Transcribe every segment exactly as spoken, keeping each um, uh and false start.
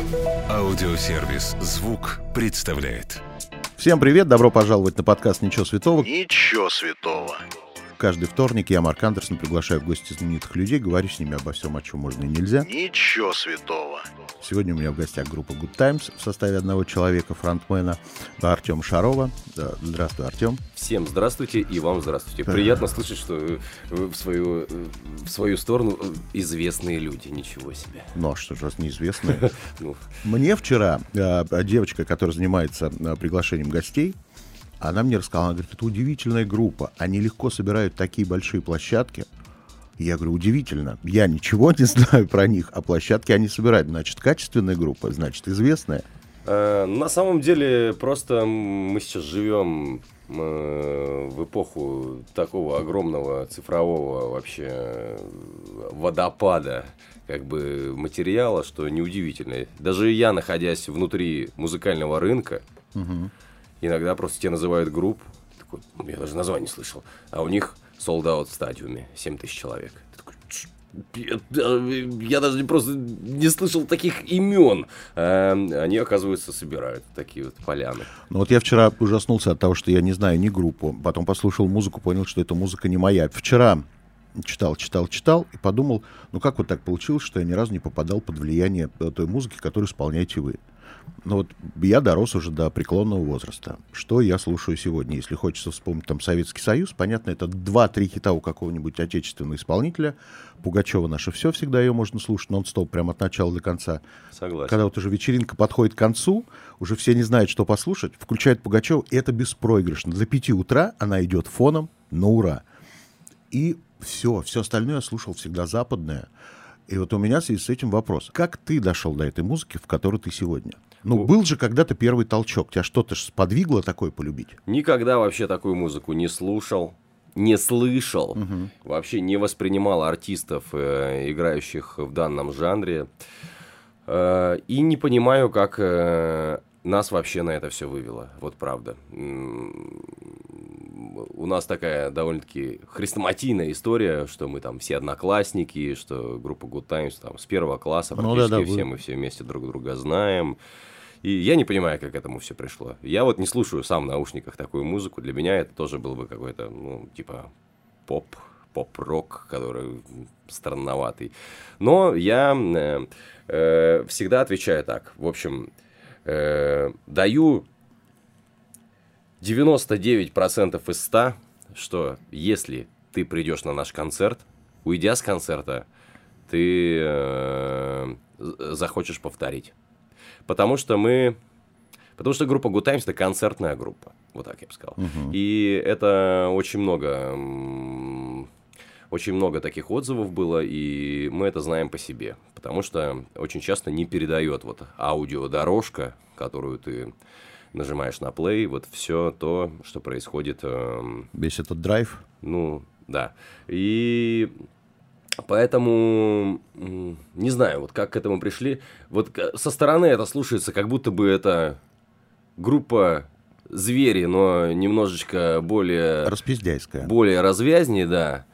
Аудиосервис «Звук» представляет. Всем привет, добро пожаловать на подкаст «Ничего святого». Ничего святого. Каждый вторник я, Марк Андерсон, приглашаю в гости знаменитых людей, говорю с ними обо всем, о чем можно и нельзя. Ничего святого. Сегодня у меня в гостях группа Good Times в составе одного человека, фронтмена Артема Шарова. Здравствуй, Артем. Всем здравствуйте и вам здравствуйте. Приятно слышать, что в свою, в свою сторону известные люди. Ничего себе. Ну, а что же раз неизвестные? Мне вчера девочка, которая занимается приглашением гостей, она мне рассказала, она говорит, это удивительная группа, они легко собирают такие большие площадки. Я говорю, удивительно, я ничего не знаю про них, а площадки они собирают. Значит, качественная группа, значит, известная. Э, на самом деле, просто мы сейчас живем э, в эпоху такого огромного цифрового вообще водопада как бы материала, что неудивительно. Даже я, находясь внутри музыкального рынка, угу. иногда просто тебя называют групп, такой, я даже название не слышал, а у них sold out в стадиуме, семь тысяч человек. Ты такой, я, я даже просто не слышал таких имен. А они, оказывается, собирают такие вот поляны. Ну вот я вчера ужаснулся от того, что я не знаю ни группу, потом послушал музыку, понял, что эта музыка не моя. Вчера читал, читал, читал и подумал, ну как вот так получилось, что я ни разу не попадал под влияние той музыки, которую исполняете вы. Ну вот я дорос уже до преклонного возраста. Что я слушаю сегодня? Если хочется вспомнить там Советский Союз, понятно, это два-три хита у какого-нибудь отечественного исполнителя. Пугачева «Наше все», всегда ее можно слушать нон-стоп, прямо от начала до конца. Согласен. Когда вот уже вечеринка подходит к концу, уже все не знают, что послушать, включают Пугачеву, и это беспроигрышно. До пяти утра она идет фоном на ура. И все, все остальное я слушал всегда западное. И вот у меня в связи с этим вопрос. Как ты дошел до этой музыки, в которой ты сегодня? Ну, был же когда-то первый толчок. Тебя что-то сподвигло такое полюбить? Никогда вообще такую музыку не слушал, не слышал. Угу. Вообще не воспринимал артистов, э, играющих в данном жанре. Э, и не понимаю, как э, нас вообще на это все вывело. Вот правда. У нас такая довольно-таки хрестоматийная история, что мы там все одноклассники, что группа Good Times там с первого класса практически ну, да, да, все вы... мы все вместе друг друга знаем. И я не понимаю, как к этому все пришло. Я вот не слушаю сам в наушниках такую музыку. Для меня это тоже был бы какой-то, ну, типа поп, поп-рок, который странноватый. Но я э, э, всегда отвечаю так. В общем, э, даю девяносто девять процентов из ста, что если ты придешь на наш концерт, уйдя с концерта, ты э, захочешь повторить. Потому что мы... Потому что группа Good Times – это концертная группа. Вот так я бы сказал. Uh-huh. И это очень много... Очень много таких отзывов было, и мы это знаем по себе. Потому что очень часто не передает вот аудиодорожка, которую ты нажимаешь на плей, вот все то, что происходит... Весь этот драйв? Ну, да. И... Поэтому, не знаю, вот как к этому пришли. Вот со стороны это слушается, как будто бы это группа звери, но немножечко более... Распиздяйская. Более развязнее, да.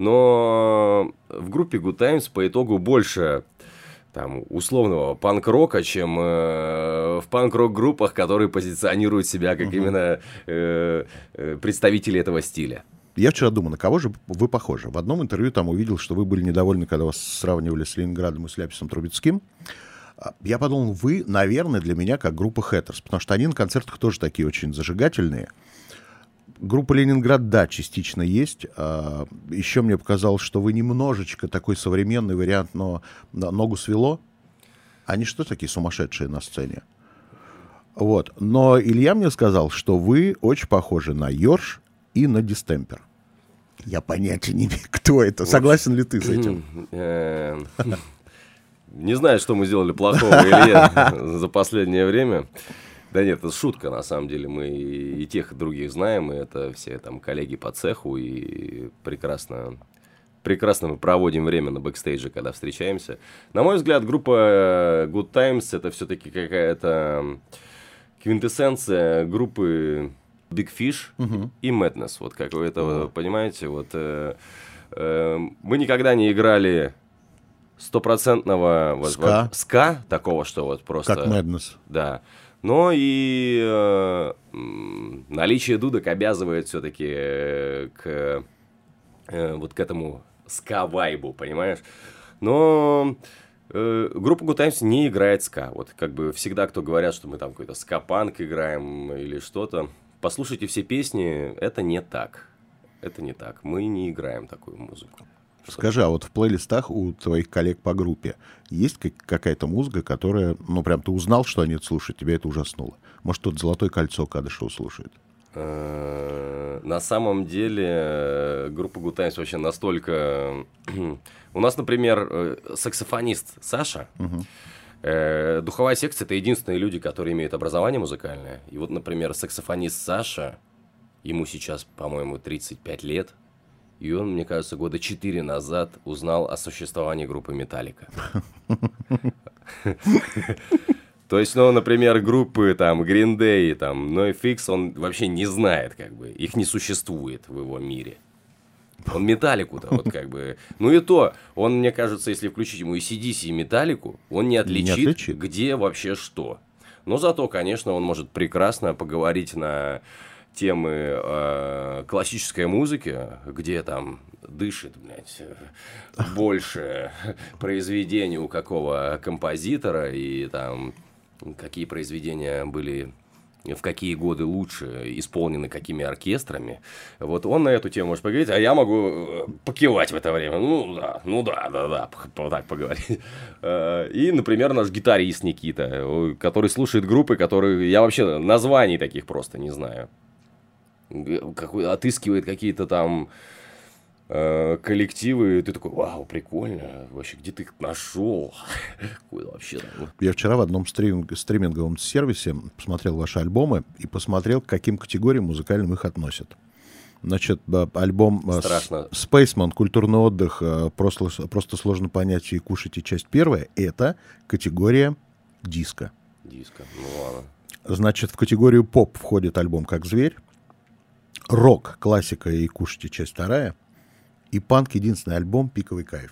Но в группе Good Times по итогу больше там, условного панк-рока, чем э, в панк-рок-группах, которые позиционируют себя как uh-huh. именно э, э, представители этого стиля. Я вчера думал, на кого же вы похожи. В одном интервью там увидел, что вы были недовольны, когда вас сравнивали с Ленинградом и с Ляписом Трубецким. Я подумал, вы, наверное, для меня как группа Хэттерс, потому что они на концертах тоже такие очень зажигательные. Группа Ленинград, да, частично есть. Еще мне показалось, что вы немножечко такой современный вариант, но ногу свело. Они что такие сумасшедшие на сцене? Вот. Но Илья мне сказал, что вы очень похожи на Йорш и на Дистемпер. Я понятия не имею, кто это. Согласен ли ты с этим? Не знаю, что мы сделали плохого, Илья, за последнее время. Да нет, это шутка, на самом деле. Мы и тех, и других знаем, и это все там коллеги по цеху, и прекрасно, прекрасно мы проводим время на бэкстейдже, когда встречаемся. На мой взгляд, группа Good Times это все-таки какая-то квинтэссенция группы Big Fish uh-huh. и Madness. Вот как вы это uh-huh. понимаете, вот э, э, мы никогда не играли стопроцентного вот, Ска. вот, ска, такого, что вот просто... Как Madness. Да. Но и э, м, наличие дудок обязывает все-таки э, к э, вот к этому ска-вайбу, понимаешь? Но э, группа Good Times не играет ска. Вот как бы всегда, кто говорят, что мы там какой-то ска-панк играем или что-то, послушайте все песни, это не так. Это не так. Мы не играем такую музыку. Скажи, а вот в плейлистах у твоих коллег по группе есть как- какая-то музыка, которая, ну, прям ты узнал, что они это слушают, тебя это ужаснуло? Может, тут «Золотое кольцо» Кадышева слушает? Э, На самом деле э, группа Good Times вообще настолько... У нас, например, э, саксофонист Саша, э, духовая секция — это единственные люди, которые имеют образование музыкальное. И вот, например, саксофонист Саша, ему сейчас, по-моему, тридцать пять лет, и он, мне кажется, года четыре назад узнал о существовании группы Металлика. То есть, ну, например, группы там Green Day, там NoFX, он вообще не знает, как бы, их не существует в его мире. Он Металлику-то, вот как бы... Ну и то, он, мне кажется, если включить ему и си ди си, и Металлику, он не отличит, Не отличит. где вообще что. Но зато, конечно, он может прекрасно поговорить на темы э, классической музыки, где там дышит, блядь, больше произведений у какого композитора, и там какие произведения были в какие годы лучше исполнены какими оркестрами. Вот он на эту тему может поговорить, а я могу покивать в это время. Ну да, ну да, да, да, вот так поговорить. И, например, наш гитарист Никита, который слушает группы, которые я вообще названий таких просто не знаю. Какой, отыскивает какие-то там э, коллективы, и ты такой: вау, прикольно, вообще, где ты их нашел? Вообще, да. Я вчера в одном стриминг, стриминговом сервисе посмотрел ваши альбомы и посмотрел, к каким категориям музыкальным их относят. Значит, альбом Страшно. Spaceman, культурный отдых, просто, просто сложно понять и кушайте, часть первая, это категория диско. Диско, ну ладно. Значит, в категорию поп входит альбом «Как зверь», рок, классика и «Кушайте», часть вторая, и панк — единственный альбом «Пиковый кайф».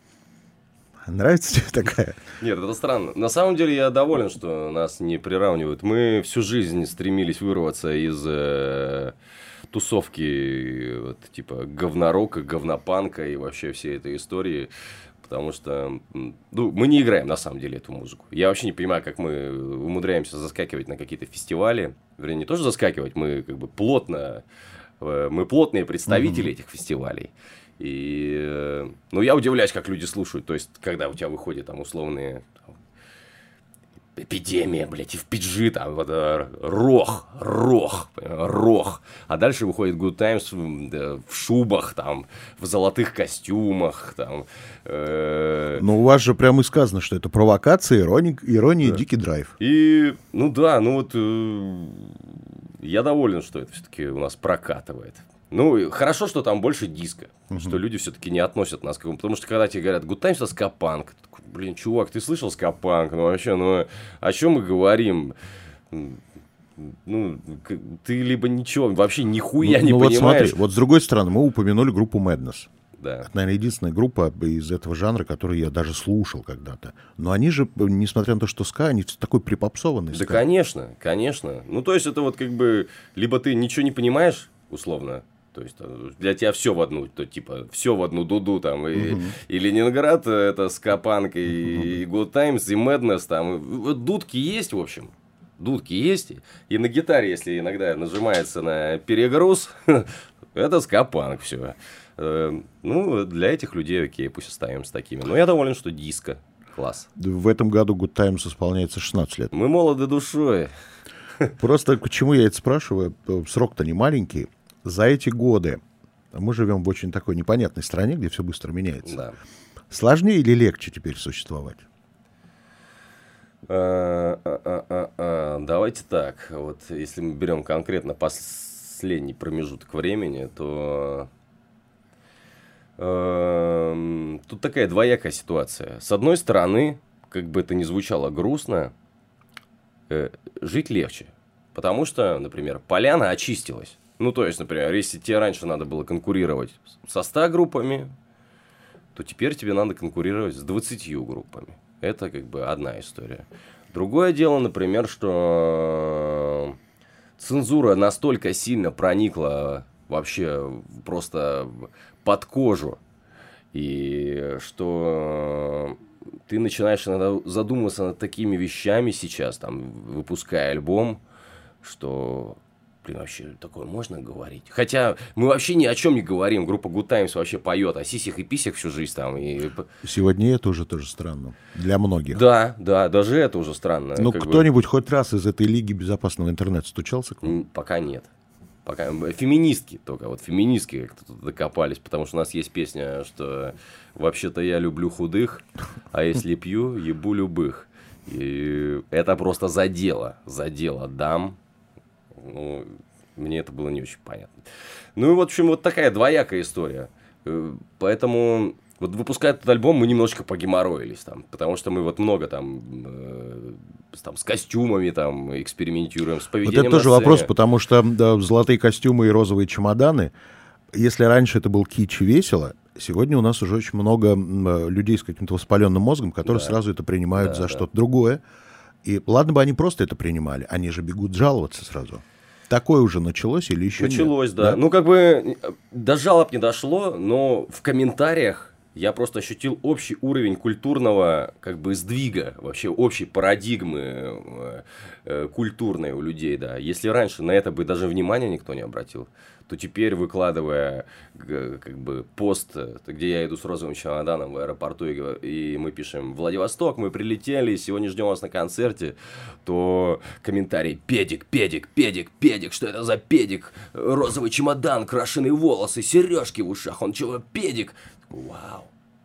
Нравится тебе такая? Нет, это странно. На самом деле я доволен, что нас не приравнивают. Мы всю жизнь стремились вырваться из э, тусовки вот, типа говнорока, говнопанка и вообще всей этой истории. Потому что ну, мы не играем, на самом деле, эту музыку. Я вообще не понимаю, как мы умудряемся заскакивать на какие-то фестивали. Вернее, не тоже заскакивать, мы как бы плотно... Мы плотные представители mm-hmm. этих фестивалей. И, ну, я удивляюсь, как люди слушают. То есть, когда у тебя выходят там условные... Там, Эпидемия, блядь, и в пиджи, там, вот, рох, рох, рох. А дальше выходит Good Times в, в шубах, там, в золотых костюмах, там. Э... Ну, у вас же прямо и сказано, что это провокация, ирония, ирония да. и дикий драйв. И, ну да, ну вот, э... я доволен, что это все-таки у нас прокатывает. Ну, хорошо, что там больше диска, uh-huh. что люди все-таки не относят нас к этому. Потому что, когда тебе говорят, Good Times — это ска-панк, блин, чувак, ты слышал ска-панк? Ну, вообще, ну, о чем мы говорим? Ну, ты либо ничего, вообще нихуя ну, не ну, понимаешь. Вот смотри, вот с другой стороны, мы упомянули группу Madness. Да. Это, наверное, единственная группа из этого жанра, которую я даже слушал когда-то. Но они же, несмотря на то, что ска, они такой припопсованный ска. Да, конечно, конечно. Ну, то есть, это вот как бы, либо ты ничего не понимаешь, условно, то есть, для тебя все в одну, то, типа, все в одну дуду, там, и, uh-huh. и Ленинград, это ска-панк, и, uh-huh. и Good Times, и Madness, там, дудки есть, в общем, дудки есть, и на гитаре, если иногда нажимается на перегруз, это ска-панк, все. Ну, для этих людей, окей, пусть остаемся такими. Но я доволен, что диско, класс. В этом году Good Times исполняется шестнадцать лет. Мы молоды душой. Просто почему я это спрашиваю, срок-то не маленький. За эти годы мы живем в очень такой непонятной стране, где все быстро меняется. Да. Сложнее или легче теперь существовать? А, а, а, а, давайте так. Вот если мы берем конкретно последний промежуток времени, то э, тут такая двоякая ситуация. С одной стороны, как бы это ни звучало грустно, э, жить легче. Потому что, например, поляна очистилась. Ну, то есть, например, если тебе раньше надо было конкурировать со ста группами, то теперь тебе надо конкурировать с двадцатью группами. Это как бы одна история. Другое дело, например, что цензура настолько сильно проникла вообще просто под кожу, и что ты начинаешь иногда задумываться над такими вещами сейчас, там, выпуская альбом, что... Блин, вообще такое можно говорить? Хотя мы вообще ни о чем не говорим. Группа Good Times вообще поет о сисях и писях всю жизнь там. И... Сегодня это уже тоже странно. Для многих. Да, да, даже это уже странно. Ну, кто-нибудь бы... хоть раз из этой лиги безопасного интернета стучался к вам? Пока нет. Пока... Феминистки только. Вот феминистки как-то тут докопались. Потому что у нас есть песня, что вообще-то я люблю худых, а если пью, ебу любых. И это просто задело. Задело дам. Ну, мне это было не очень понятно. Ну и вот, в общем, вот такая двоякая история. Поэтому, вот выпуская этот альбом, мы немножечко погеморроились там. Потому что мы вот много там, э, там с костюмами там экспериментируем, с поведением. Вот это тоже вопрос, потому что да, золотые костюмы и розовые чемоданы, если раньше это был кич и весело, сегодня у нас уже очень много людей с каким-то воспаленным мозгом, которые да. сразу это принимают да, за да. что-то другое. И ладно бы они просто это принимали, они же бегут жаловаться сразу. Такое уже началось или еще началось, нет? Началось, да. да. Ну, как бы до жалоб не дошло, но в комментариях я просто ощутил общий уровень культурного, как бы, сдвига, вообще общей парадигмы э, э, культурной у людей, да. Если раньше на это бы даже внимания никто не обратил, то теперь, выкладывая как бы пост, где я иду с розовым чемоданом в аэропорту, и, и мы пишем «Владивосток, мы прилетели, сегодня ждем вас на концерте», то комментарий «Педик, педик, педик, педик, что это за педик? Розовый чемодан, крашеные волосы, сережки в ушах, он чего, педик?» Вау!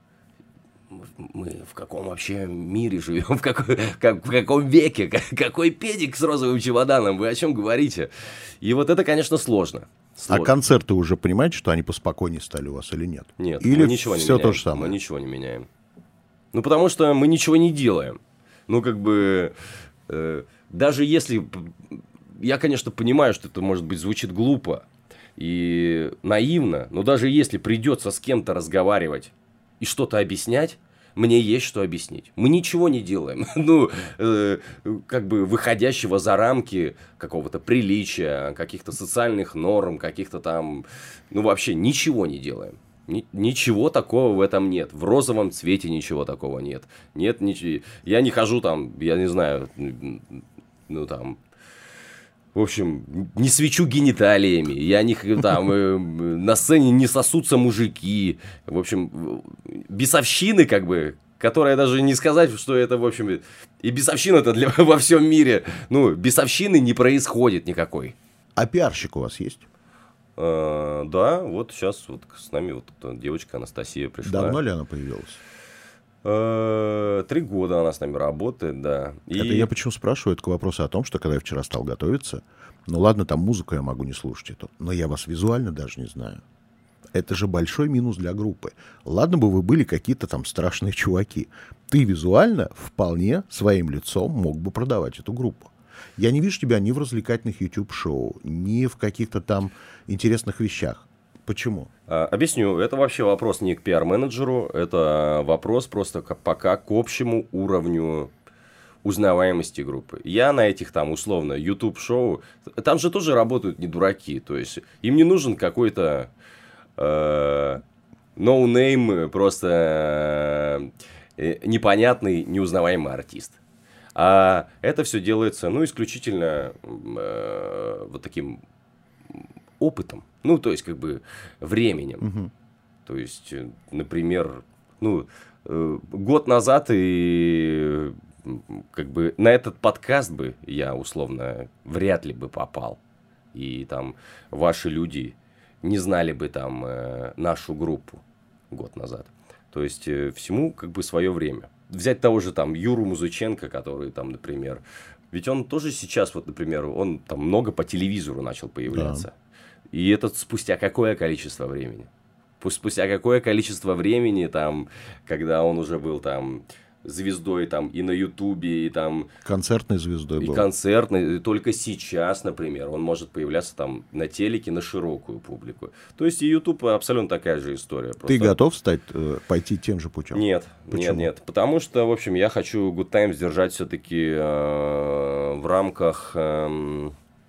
Мы в каком вообще мире живем? В, какой, как, в каком веке? Какой педик с розовым чемоданом? Вы о чем говорите? И вот это, конечно, сложно. Сложно. А концерты уже понимаете, что они поспокойнее стали у вас или нет? Нет, или мы ничего не все меняем. То же самое? Мы ничего не меняем. Ну, потому что мы ничего не делаем. Ну, как бы, э, даже если... Я, конечно, понимаю, что это, может быть, звучит глупо и наивно, но даже если придется с кем-то разговаривать и что-то объяснять, мне есть что объяснить. Мы ничего не делаем. Ну, э, как бы выходящего за рамки какого-то приличия, каких-то социальных норм, каких-то там... Ну, вообще ничего не делаем. Ни, ничего такого в этом нет. В розовом цвете ничего такого нет. Нет, ничего. Я не хожу там, я не знаю, ну, там... В общем, не свечу гениталиями, я не там э, на сцене не сосутся мужики. В общем, бесовщины, как бы, которая даже не сказать, что это, в общем, и бесовщина-то для, во всем мире. Ну, бесовщины не происходит никакой. А пиарщик у вас есть? А, да, вот сейчас вот с нами вот девочка Анастасия пришла. Давно ли она появилась? Три года она с нами работает, да. И... Это я почему спрашиваю? Это к вопросу о том, что когда я вчера стал готовиться, ну ладно, там музыку я могу не слушать эту, но я вас визуально даже не знаю. Это же большой минус для группы. Ладно бы вы были какие-то там страшные чуваки. Ты визуально вполне своим лицом мог бы продавать эту группу. Я не вижу тебя ни в развлекательных YouTube-шоу, ни в каких-то там интересных вещах. Почему? Объясню. Это вообще вопрос не к пиар-менеджеру, это вопрос просто пока к общему уровню узнаваемости группы. Я на этих там условно YouTube-шоу, там же тоже работают не дураки, то есть им не нужен какой-то э, no-name, просто э, непонятный, неузнаваемый артист. А это все делается, ну, исключительно э, вот таким опытом. Ну, то есть, как бы, временем. Угу. То есть, например, ну, э, год назад и как бы на этот подкаст бы я, условно, вряд ли бы попал. И там ваши люди не знали бы там э, нашу группу год назад. То есть, э, всему как бы свое время. Взять того же там Юру Музыченко, который там, например... Ведь он тоже сейчас, вот, например, он там много по телевизору начал появляться. Да. И это спустя какое количество времени? Спустя какое количество времени, там, когда он уже был там, звездой там и на Ютубе, и там... Концертной звездой и был. И концертной. Только сейчас, например, он может появляться там на телеке на широкую публику. То есть и Ютуб абсолютно такая же история. Просто... Ты готов стать, пойти тем же путем? Нет, Почему? нет, нет. Потому что, в общем, я хочу Good Times держать все-таки э, в рамках... Э,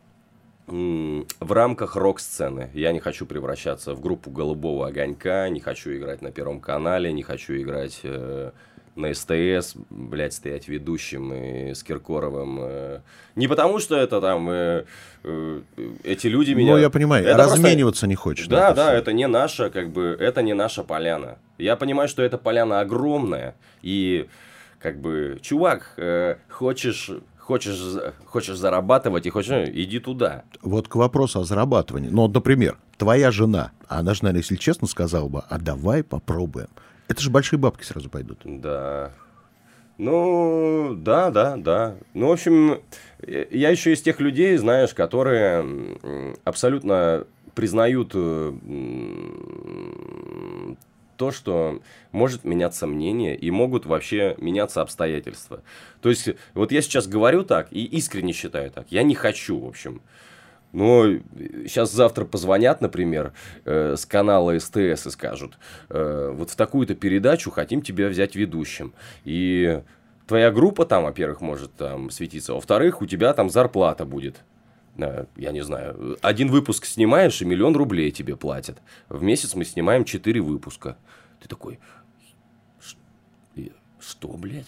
в рамках рок-сцены. Я не хочу превращаться в группу «Голубого огонька», не хочу играть на Первом канале, не хочу играть э, на СТС, блядь, стоять ведущим и с Киркоровым. Э. Не потому, что это там э, э, эти люди меня... Ну, я понимаю, это размениваться просто... не хочешь. Да, это да, все. это не наша, как бы, это не наша поляна. Я понимаю, что эта поляна огромная, и, как бы, чувак, э, хочешь... Хочешь, хочешь зарабатывать и хочешь, иди туда. Вот к вопросу о зарабатывании. Ну, вот, например, твоя жена, она же, наверное, если честно, сказала бы, а давай попробуем. Это же большие бабки сразу пойдут. Да. Ну, да, да, да. Ну, в общем, я еще из тех людей, знаешь, которые абсолютно признают то, что может меняться мнение и могут вообще меняться обстоятельства. То есть, вот я сейчас говорю так и искренне считаю так. Я не хочу, в общем. Но сейчас завтра позвонят, например, э, с канала СТС и скажут, э, вот в такую-то передачу хотим тебя взять ведущим. И твоя группа там, во-первых, может там светиться, во-вторых, у тебя там зарплата будет. Я не знаю, один выпуск снимаешь, и миллион рублей тебе платят. В месяц мы снимаем четыре выпуска. Ты такой, что, блядь?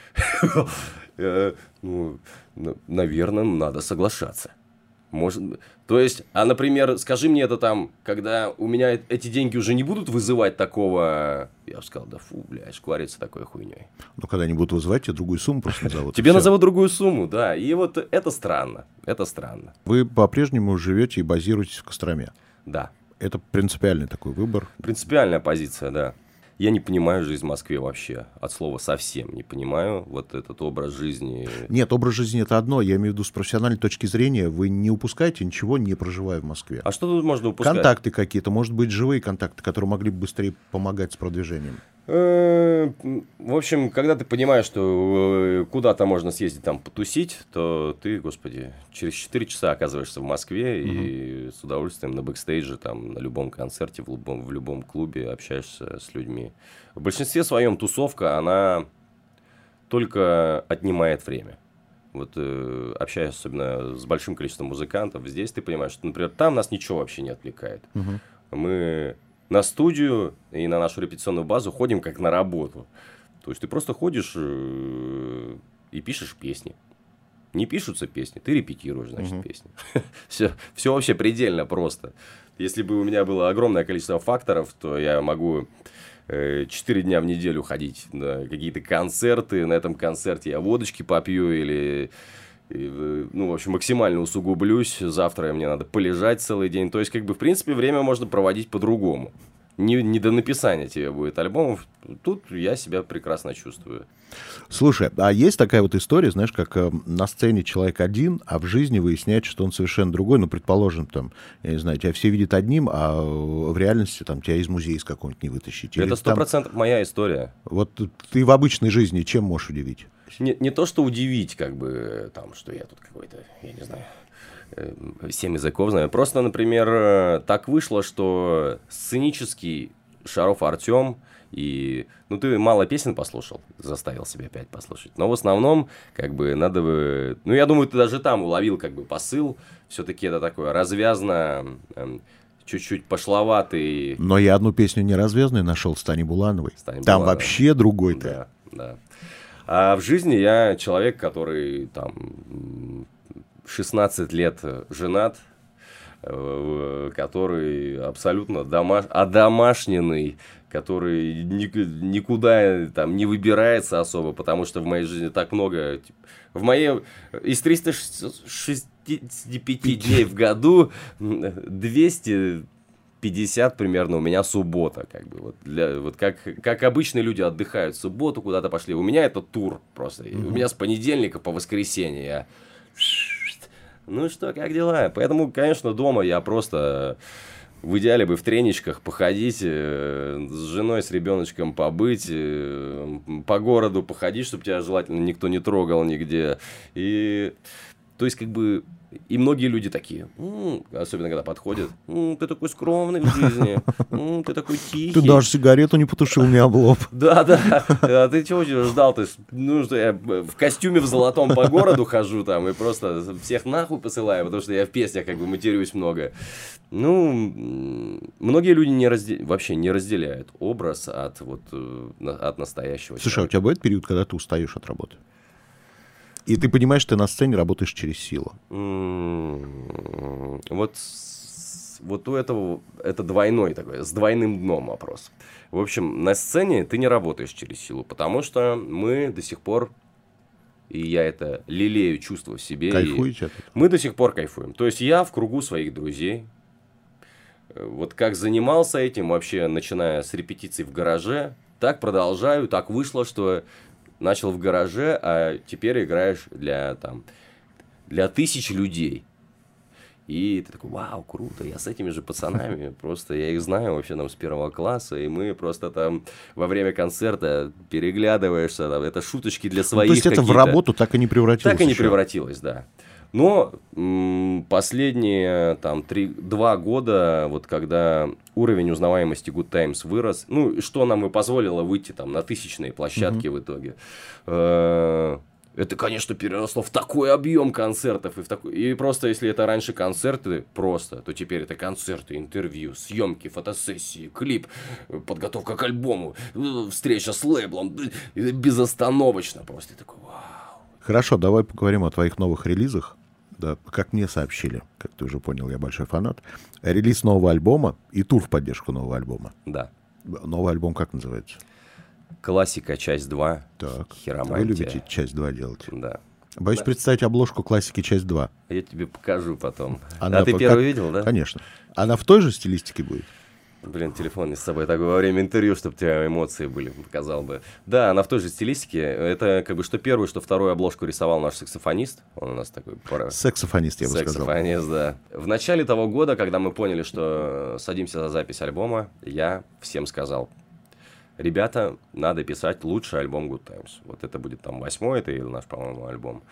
Ну, наверное, надо соглашаться. Может, то есть, а, например, скажи мне это там, когда у меня эти деньги уже не будут вызывать такого... Я бы сказал, да фу, блядь, шквариться такой хуйней. Ну, когда они будут вызывать, тебе другую сумму просто назовут. Тебе назовут другую сумму, да. И вот это странно, это странно. Вы по-прежнему живете и базируетесь в Костроме. Да. Это принципиальный такой выбор. Принципиальная позиция, да. Я не понимаю жизнь в Москве вообще. От слова совсем не понимаю. Вот этот образ жизни. Нет, образ жизни это одно. Я имею в виду с профессиональной точки зрения. Вы не упускаете ничего, не проживая в Москве. А что тут можно упускать? Контакты какие-то, может быть, живые контакты, которые могли бы быстрее помогать с продвижением. В общем, когда ты понимаешь, что куда-то можно съездить там потусить, то ты, господи, через четыре часа оказываешься в Москве угу. и с удовольствием на бэкстейдже, там, на любом концерте, в любом, в любом клубе общаешься с людьми. В большинстве своем тусовка, она только отнимает время. Вот э, общаясь особенно с большим количеством музыкантов, здесь ты понимаешь, что, например, там нас ничего вообще не отвлекает. Угу. Мы... на студию и на нашу репетиционную базу ходим как на работу. То есть ты просто ходишь и пишешь песни. Не пишутся песни, ты репетируешь, значит, uh-huh. песни. все, все вообще предельно просто. Если бы у меня было огромное количество факторов, то я могу четыре дня в неделю ходить на какие-то концерты. На этом концерте я водочки попью или... Ну, в общем, максимально усугублюсь. Завтра мне надо полежать целый день. То есть, как бы, в принципе, время можно проводить по-другому. Не, не до написания тебе будет альбомов. Тут я себя прекрасно чувствую. Слушай, а есть такая вот история, знаешь, как э, на сцене человек один, а в жизни выясняется, что он совершенно другой. Ну, предположим, там, я не знаю, тебя все видят одним, а в реальности там тебя из музея из какого-нибудь не вытащить. Это сто процентов там... моя история. Вот ты в обычной жизни чем можешь удивить? Не, не то, что удивить, как бы, там, что я тут какой-то, я не знаю, э, семь языков знаю. Просто, например, так вышло, что сценический Шаров Артем, и, ну, ты мало песен послушал, заставил себя опять послушать. Но в основном, как бы, надо бы... Ну, я думаю, ты даже там уловил, как бы, посыл. Все-таки это такое развязно, э, чуть-чуть пошловатый. Но я одну песню неразвязную нашел, Стани Булановой. Стани там Булановой. Вообще другой ты. Да, да. А в жизни я человек, который там шестнадцать лет женат, который абсолютно домаш... одомашненный, который никуда там не выбирается особо, потому что в моей жизни так много... В моей... Из триста шестидесяти пяти дней в году двести... пятьдесят примерно у меня суббота, как бы, вот, для, вот как, как обычные люди отдыхают в субботу, куда-то пошли, у меня это тур просто, mm-hmm. у меня с понедельника по воскресенье, я... ну что, как дела? Поэтому, конечно, дома я просто В идеале бы в треничках походить, э, с женой, с ребеночком побыть, э, по городу походить, чтобы тебя желательно никто не трогал нигде. И, то есть, как бы, и многие люди такие, м-м, особенно когда подходят, м-м, ты такой скромный в жизни, м-м, ты такой тихий. Ты даже сигарету не потушил, не облом. Да, да. А ты чего ждал? Ты, ну, что я в костюме в золотом по городу хожу там и просто всех нахуй посылаю, потому что я в песнях как бы матерюсь много. Ну, многие люди не разде... вообще не разделяют образ от, вот, от настоящего. Слушай, человека. а у тебя бывает период, когда ты устаешь от работы? И ты понимаешь, что ты на сцене работаешь через силу. Вот, вот у этого это двойной такой, с двойным дном вопрос. В общем, на сцене ты не работаешь через силу, потому что мы до сих пор, и я это лелею чувство в себе. Кайфуете от этого? Мы до сих пор кайфуем. То есть я в кругу своих друзей. Вот как занимался этим, вообще начиная с репетиций в гараже, так продолжаю, так вышло, что... Начал в гараже, а теперь играешь для, там, для тысяч людей. И ты такой, вау, круто, я с этими же пацанами, просто я их знаю вообще там с первого класса, и мы просто там во время концерта переглядываешься, там, это шуточки для своих ну, то есть это какие-то. В работу так и не превратилось? Так и не еще. превратилось, да. Но м- последние там, три, два года, вот когда уровень узнаваемости Good Times вырос, ну, что нам и позволило выйти там, на тысячные площадки mm-hmm. в итоге, э- это, конечно, переросло в такой объем концертов. И, в такой... и просто, если это раньше концерты просто, то теперь это концерты, интервью, съемки, фотосессии, клип, подготовка к альбому, встреча с лейблом, безостановочно просто. И такой, вау. Хорошо, давай поговорим о твоих новых релизах. Да, как мне сообщили, как ты уже понял, я большой фанат. Релиз нового альбома и тур в поддержку нового альбома. Да. Новый альбом как называется? Классика, часть два. Так. Хиромантия. Вы любите часть два делать? Да. Боюсь да. представить обложку классики часть два. Я тебе покажу потом. Она а ты по... первый как... видел, да? Конечно. Она в той же стилистике будет? Блин, телефон не с собой так во время интервью, чтобы у тебя эмоции были, показал бы. Да, она в той же стилистике. Это как бы что первую, что вторую обложку рисовал наш саксофонист. Он у нас такой... Пара... Саксофонист, я бы сказал. Саксофонист, да. В начале того года, когда мы поняли, что садимся за запись альбома, я всем сказал: ребята, надо писать лучший альбом Good Times. Вот это будет там восьмой, это наш, по-моему, альбом.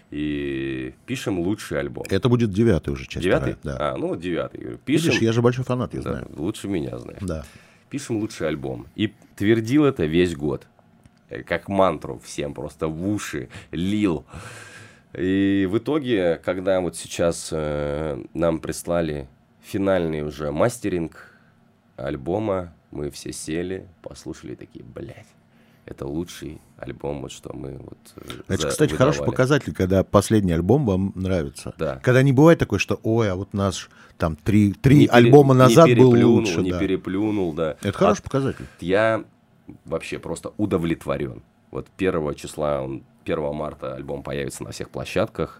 И пишем лучший альбом. Это будет девятый уже часть. Девятый? Вторая, да. А, ну, девятый. Пишем... Видишь, я же большой фанат, я да, знаю. Лучше меня знаешь. Да. Пишем лучший альбом. И твердил это весь год. Как мантру всем просто в уши лил. И в итоге, когда вот сейчас э, нам прислали финальный уже мастеринг альбома, мы все сели, послушали, такие, блядь, это лучший альбом, вот что мы вот Это, за- кстати, выдавали. хороший показатель, когда последний альбом вам нравится. Да. Когда не бывает такое, что, ой, а вот наш там три, три Не пере- альбома назад не был переплюнул, лучше. Не да. переплюнул, да. Это хороший А показатель. я вообще просто удовлетворен. Вот первого числа, он, первого марта альбом появится на всех площадках.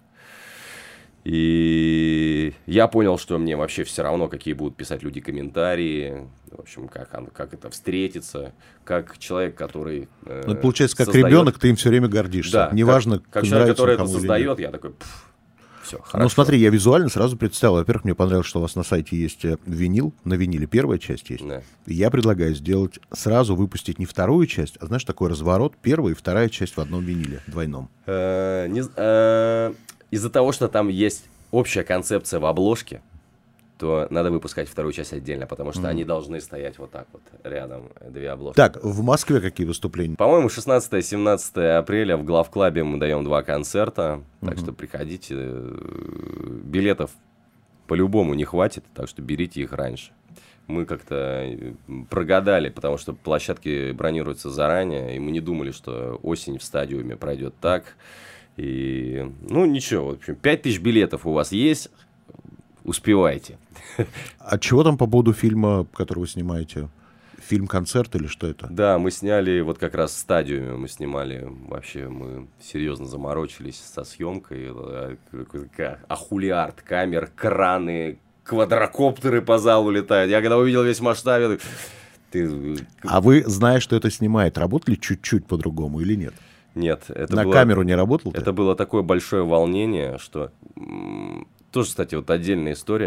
И я понял, что мне вообще все равно, какие будут писать люди комментарии, в общем, как, оно, как это встретится, как человек, который э, Ну, это получается, как создает... ребенок, ты им все время гордишься. Да, Неважно, как, как человек, который это кому или создает, нет. я такой, все, хорошо. Ну, смотри, я визуально сразу представил. Во-первых, мне понравилось, что у вас на сайте есть э, винил. На виниле первая часть есть. Да. И я предлагаю сделать, сразу выпустить не вторую часть, а, знаешь, такой разворот. Первая и вторая часть в одном виниле, двойном. Э, не з- э, Из-за того, что там есть общая концепция в обложке, то надо выпускать вторую часть отдельно, потому что mm. они должны стоять вот так вот рядом, две обложки. Так, в Москве какие выступления? По-моему, шестнадцатое-семнадцатое апреля в Главклабе мы даем два концерта, так mm-hmm. что приходите. Билетов по-любому не хватит, так что берите их раньше. Мы как-то прогадали, потому что площадки бронируются заранее, и мы не думали, что осень в стадиуме пройдет так. И, ну, ничего, в общем, пять тысяч билетов у вас есть, успевайте. А чего там по поводу фильма, который вы снимаете? Фильм-концерт или что это? Да, мы сняли вот как раз в стадиуме, мы снимали, вообще мы серьезно заморочились со съемкой. Ахулиард камер, краны, квадрокоптеры по залу летают. Я когда увидел весь масштаб, я... Ты... А вы, зная, что это снимает, работали чуть-чуть по-другому или нет? Нет, это На было, камеру не работал? Это было такое большое волнение, что... М- тоже, кстати, вот отдельная история.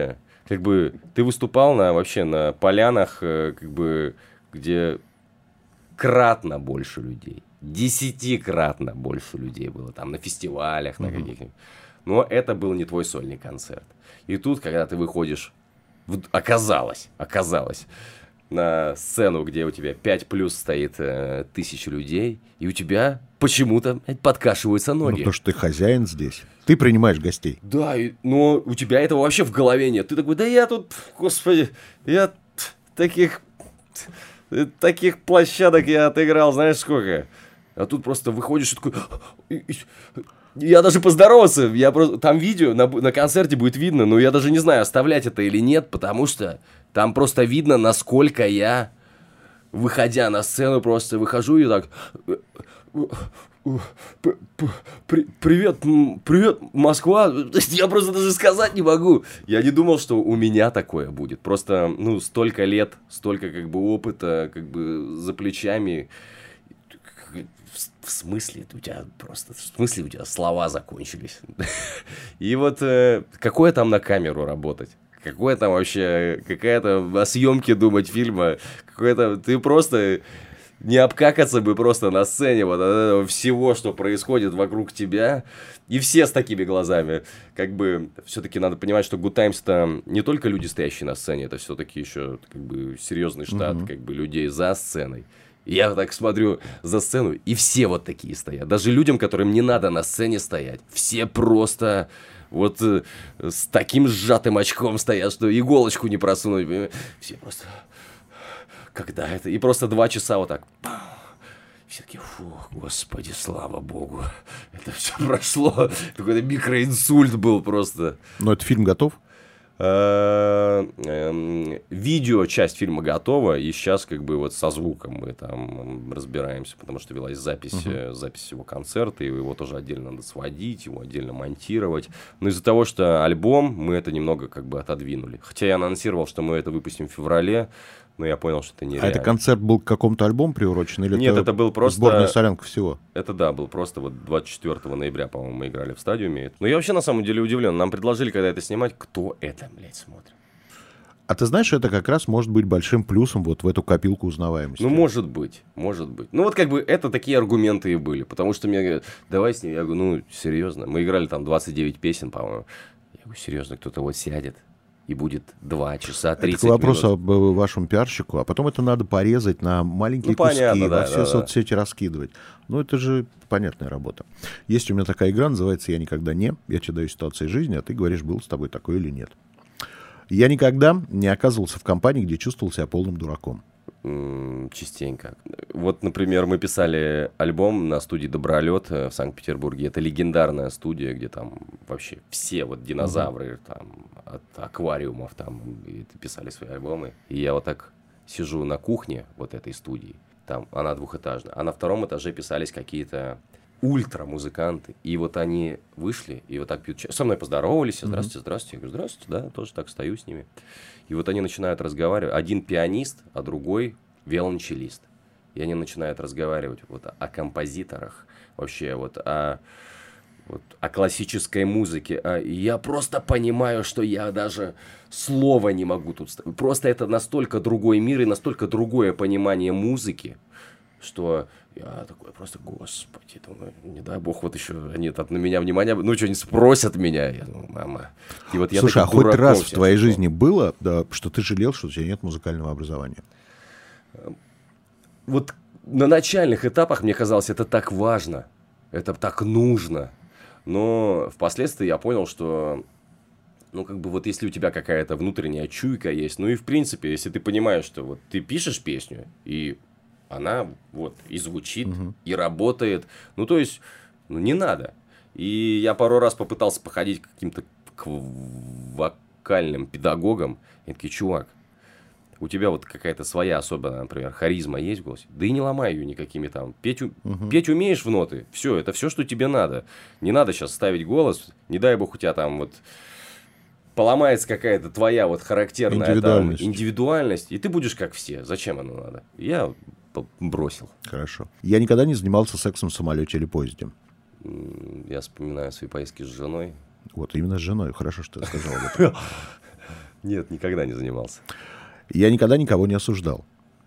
как бы ты выступал на вообще на полянах, как бы, где кратно больше людей. Десятикратно больше людей было там на фестивалях, на каких-нибудь. Но это был не твой сольный концерт. И тут, когда ты выходишь, оказалось, оказалось, на сцену, где у тебя пять плюс стоит э, тысяча людей, и у тебя почему-то подкашиваются ноги. Ну, потому что ты хозяин здесь. Ты принимаешь гостей. Да, и, но у тебя этого вообще в голове нет. Ты такой, да я тут, господи, я таких, таких площадок я отыграл, знаешь сколько. А тут просто выходишь и такой... Я даже поздоровался, я просто... там видео на, на концерте будет видно, но я даже не знаю, оставлять это или нет, потому что там просто видно, насколько я, выходя на сцену, просто выхожу и так... Привет, привет, Москва. Я просто даже сказать не могу. Я не думал, что у меня такое будет. Просто, ну, столько лет, столько как бы опыта, как бы за плечами... В смысле у тебя просто, в смысле у тебя слова закончились. И вот э, какое там на камеру работать? Какое там вообще, какая-то о съемке думать фильма? Какое-то, ты просто не обкакаться бы просто на сцене вот от этого всего, что происходит вокруг тебя. И все с такими глазами. Как бы, все-таки надо понимать, что Good Times это не только люди, стоящие на сцене, это все-таки еще как бы серьезный штат, mm-hmm. как бы людей за сценой. Я так смотрю за сцену, и все вот такие стоят. Даже людям, которым не надо на сцене стоять. Все просто вот э, с таким сжатым очком стоят, что иголочку не просунуть. Все просто... Когда это? И просто два часа вот так. Все такие, фух, господи, слава богу. Это все прошло. Какой-то микроинсульт был просто. Но этот фильм готов? Видео, часть фильма готова, и сейчас как бы вот со звуком мы там разбираемся, потому что велась запись, uh-huh. запись его концерта, и его тоже отдельно надо сводить, его отдельно монтировать. Но из-за того, что альбом, мы это немного как бы отодвинули. Хотя я анонсировал, что мы это выпустим в феврале, но я понял, что это нереально. А это концерт был к какому-то альбому приурочен? Или Нет, это, это был просто... сборная солянка всего? Это да, был просто вот двадцать четвёртого ноября, по-моему, мы играли в стадиуме. Но я вообще на самом деле удивлен. Нам предложили, когда это снимать, кто это, блядь, смотрит. А ты знаешь, это как раз может быть большим плюсом вот в эту копилку узнаваемости. Ну, может быть, может быть. Ну, вот как бы это такие аргументы и были. Потому что мне говорят, давай с ним. Я говорю, ну, серьезно. Мы играли там двадцать девять песен, по-моему. Я говорю, серьезно, кто-то вот сядет. И будет два часа тридцать минут. Это вопрос об вашему пиарщику, а потом это надо порезать на маленькие ну, куски, понятно, во да, все да, соцсети да. раскидывать. Ну, это же понятная работа. Есть у меня такая игра, называется «Я никогда не». Я тебе даю ситуации жизни, а ты говоришь, был с тобой такой или нет. Я никогда не оказывался в компании, где чувствовал себя полным дураком. Частенько. Вот, например, мы писали альбом на студии «Добролет» в Санкт-Петербурге. Это легендарная студия, где там вообще все вот динозавры, uh-huh. там, от аквариумов там писали свои альбомы. И я вот так сижу на кухне вот этой студии. Там она двухэтажная. А на втором этаже писались какие-то ультрамузыканты. И вот они вышли, и вот так пьют чай. Со мной поздоровались. Здравствуйте, здравствуйте. Я говорю, здравствуйте, да, тоже так стою с ними. И вот они начинают разговаривать. Один пианист, а другой виолончелист. И они начинают разговаривать вот о композиторах, вообще вот о, вот, о классической музыке. А я просто понимаю, что я даже слова не могу тут ставить. Просто это настолько другой мир и настолько другое понимание музыки, что я такой просто, господи, думаю, не дай бог, вот еще они так на меня внимание, ну, что-нибудь спросят меня. Я думаю, мама. И вот я Слушай, а хоть раз в твоей чувствовал. жизни было, да, что ты жалел, что у тебя нет музыкального образования? Вот на начальных этапах мне казалось, это так важно, это так нужно. Но впоследствии я понял, что, ну, как бы вот если у тебя какая-то внутренняя чуйка есть, ну и в принципе, если ты понимаешь, что вот ты пишешь песню, и она вот и звучит, uh-huh. и работает. Ну, то есть, ну, не надо. И я пару раз попытался походить к каким-то к вокальным педагогам. И такие, чувак, у тебя вот какая-то своя особенная, например, харизма есть в голосе. Да и не ломай ее никакими там. Петь, uh-huh. петь умеешь в ноты. Все, это все, что тебе надо. Не надо сейчас ставить голос. Не дай бог у тебя там вот... поломается какая-то твоя вот характерная индивидуальность. Там, индивидуальность, и ты будешь как все. Зачем оно надо? Я бросил. Хорошо. Я никогда не занимался сексом в самолете или поезде. Я вспоминаю свои поездки с женой. Вот, именно с женой. Хорошо, что ты сказал об этом. Нет, никогда не занимался. Я никогда никого не осуждал.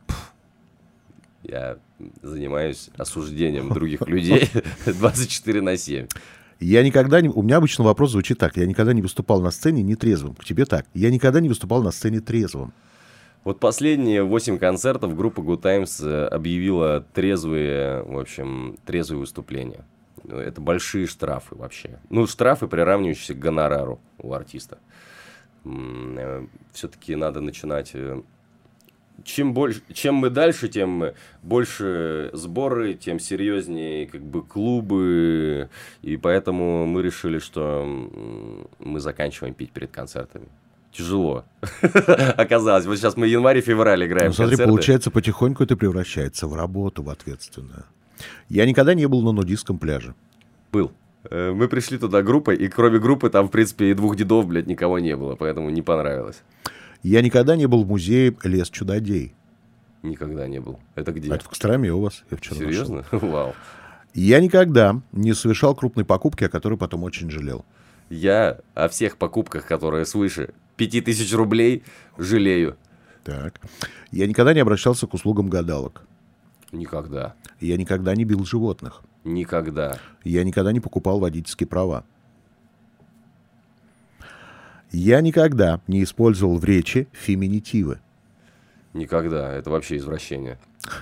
Я занимаюсь осуждением других людей двадцать четыре на семь. Я никогда не... У меня обычно вопрос звучит так. Я никогда не выступал на сцене нетрезвым. К тебе так. Я никогда не выступал на сцене трезвым. Вот последние восемь концертов группа Good Times объявила трезвые, в общем, трезвые выступления. Это большие штрафы вообще. Ну, штрафы, приравнивающиеся к гонорару у артиста. Все-таки надо начинать... Чем, больше, чем мы дальше, тем больше сборы, тем серьезнее как бы клубы. И поэтому мы решили, что мы заканчиваем пить перед концертами. Тяжело. Оказалось. Вот сейчас мы январь и февраль играем ну, смотри, концерты. Получается, потихоньку это превращается в работу, в ответственную. Я никогда не был на нудистском пляже. Был. Мы пришли туда группой, и кроме группы там, в принципе, и двух дедов, блядь, никого не было, поэтому не понравилось. Я никогда не был в музее «Лес чудодей». Никогда не был. Это где? А это в Костроме у вас. Я вчера Серьезно? нашел. Вау. Я никогда не совершал крупной покупки, о которой потом очень жалел. Я о всех покупках, которые свыше пяти тысяч рублей, жалею. Так. Я никогда не обращался к услугам гадалок. Никогда. Я никогда не бил животных. Никогда. Я никогда не покупал водительские права. Я никогда не использовал в речи феминитивы. Никогда. Это вообще извращение.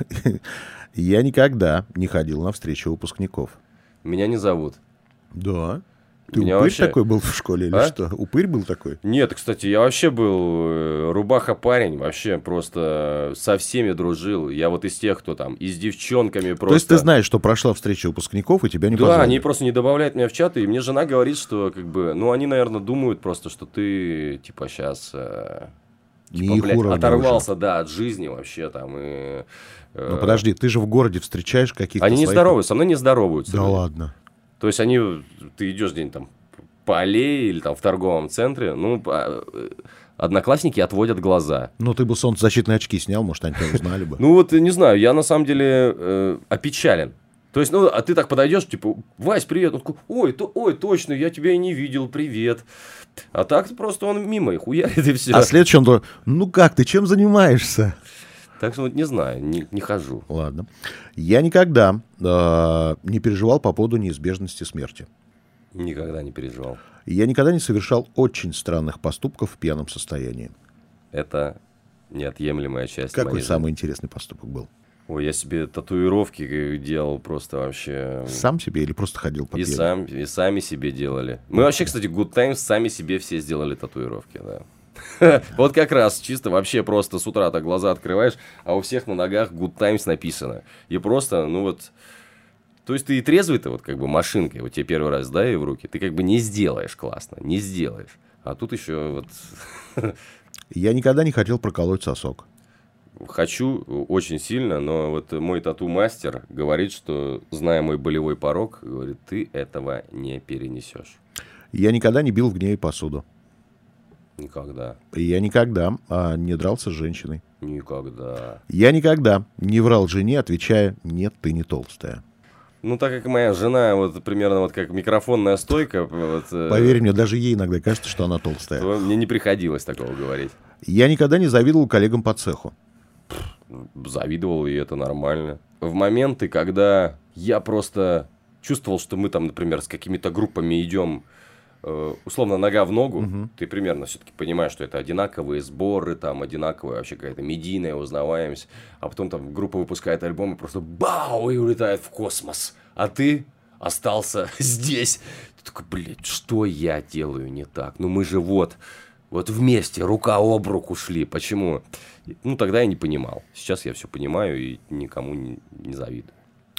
Я никогда не ходил на встречи выпускников. Меня не зовут. Да. Ты Меня упырь вообще... такой был в школе или а? что? Упырь был такой? Нет, кстати, я вообще был рубаха-парень, вообще просто со всеми дружил. Я вот из тех, кто там, и с девчонками просто... То есть ты знаешь, что прошла встреча выпускников, и тебя не Да, позвали? они просто не добавляют меня в чаты, и мне жена говорит, что как бы... Ну, они, наверное, думают просто, что ты, типа, сейчас... Э, не типа, их блядь, уровня оторвался, уже. да, от жизни вообще там, и... Э, Ну, подожди, ты же в городе встречаешь каких-то Они не своих... здороваются, со мной не здороваются. Да люди. ладно. То есть они... Ты идешь день там по аллее или там в торговом центре, ну, одноклассники отводят глаза. Ну, ты бы солнцезащитные очки снял, может, они тебя узнали бы. Ну, вот, не знаю, я на самом деле э, опечален. То есть, ну, а ты так подойдешь, типа, Вась, привет. Он такой, ой, то, ой, точно, я тебя и не видел, привет. А так просто он мимо их хуярит, и все. А следующий он говорит, ну как, ты чем занимаешься? Так что, вот, не знаю, не, не хожу. Ладно. Я никогда э, не переживал по поводу неизбежности смерти. Никогда не переживал. Я никогда не совершал очень странных поступков в пьяном состоянии. Это неотъемлемая часть Какой моей самый жизни. интересный поступок был? Ой, я себе татуировки делал просто вообще... Сам себе или просто ходил по И, пьяни? сам, и сами себе делали. Мы вообще, кстати, Good Times сами себе все сделали татуировки, да. Вот как раз, чисто вообще просто с утра так глаза открываешь, а у всех на ногах Good Times написано. И просто, ну вот... То есть ты и трезвый-то вот как бы машинкой, вот тебе первый раз дай ее в руки, ты как бы не сделаешь классно, не сделаешь. А тут еще вот... Я никогда не хотел проколоть сосок. Хочу очень сильно, но вот мой тату-мастер говорит, что, зная мой болевой порог, говорит, ты этого не перенесешь. Я никогда не бил в гневе посуду. Никогда. Я никогда а, не дрался с женщиной. Никогда. Я никогда не врал жене, отвечая, нет, ты не толстая. Ну, так как моя жена, вот примерно вот как микрофонная стойка, вот, Поверь мне, даже ей иногда кажется, что она толстая. то мне не приходилось такого говорить. Я никогда не завидовал коллегам по цеху. Завидовал, и это нормально. В моменты, когда я просто чувствовал, что мы там, например, с какими-то группами идем, э, условно, нога в ногу, Мгм. ты примерно все-таки понимаешь, что это одинаковые сборы, там, одинаковая вообще какая-то медийная узнаваемость, а потом там группа выпускает альбом и просто бау, и улетает в космос, а ты остался здесь. Ты такой, блядь, что я делаю не так? Ну мы же вот... Вот вместе, рука об руку шли. Почему? Ну, тогда я не понимал. Сейчас я все понимаю и никому не, не завидую.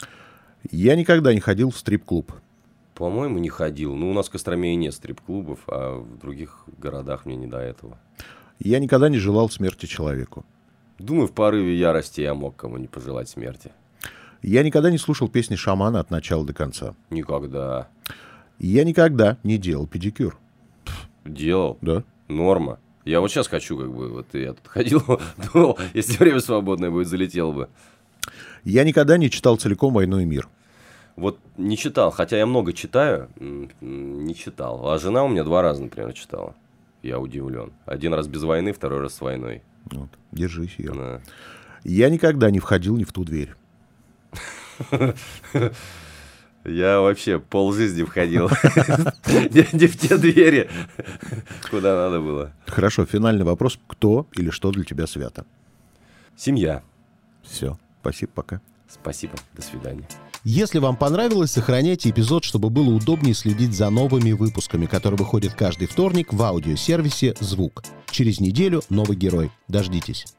Я никогда не ходил в стрип-клуб. По-моему, не ходил. Ну, у нас в Костроме и нет стрип-клубов, а в других городах мне не до этого. Я никогда не желал смерти человеку. Думаю, в порыве ярости я мог кому не пожелать смерти. Я никогда не слушал песни шамана от начала до конца. Никогда. Я никогда не делал педикюр. Делал. Да? Норма. Я вот сейчас хочу, как бы, вот я тут ходил, думал, если время свободное будет, залетел бы. Я никогда не читал целиком «Войну и мир». Вот не читал, хотя я много читаю, м, м, не читал. А жена у меня два раза, например, читала. Я удивлен. Один раз без войны, второй раз с войной. Вот. Держись, Юр. Да. Я никогда не входил ни в ту дверь. Я вообще полжизни входил. Не в те двери, куда надо было. Хорошо, финальный вопрос. Кто или что для тебя свято? Семья. Все. Спасибо, пока. Спасибо, до свидания. Если вам понравилось, сохраняйте эпизод, чтобы было удобнее следить за новыми выпусками, которые выходят каждый вторник в аудиосервисе «Звук». Через неделю новый герой. Дождитесь.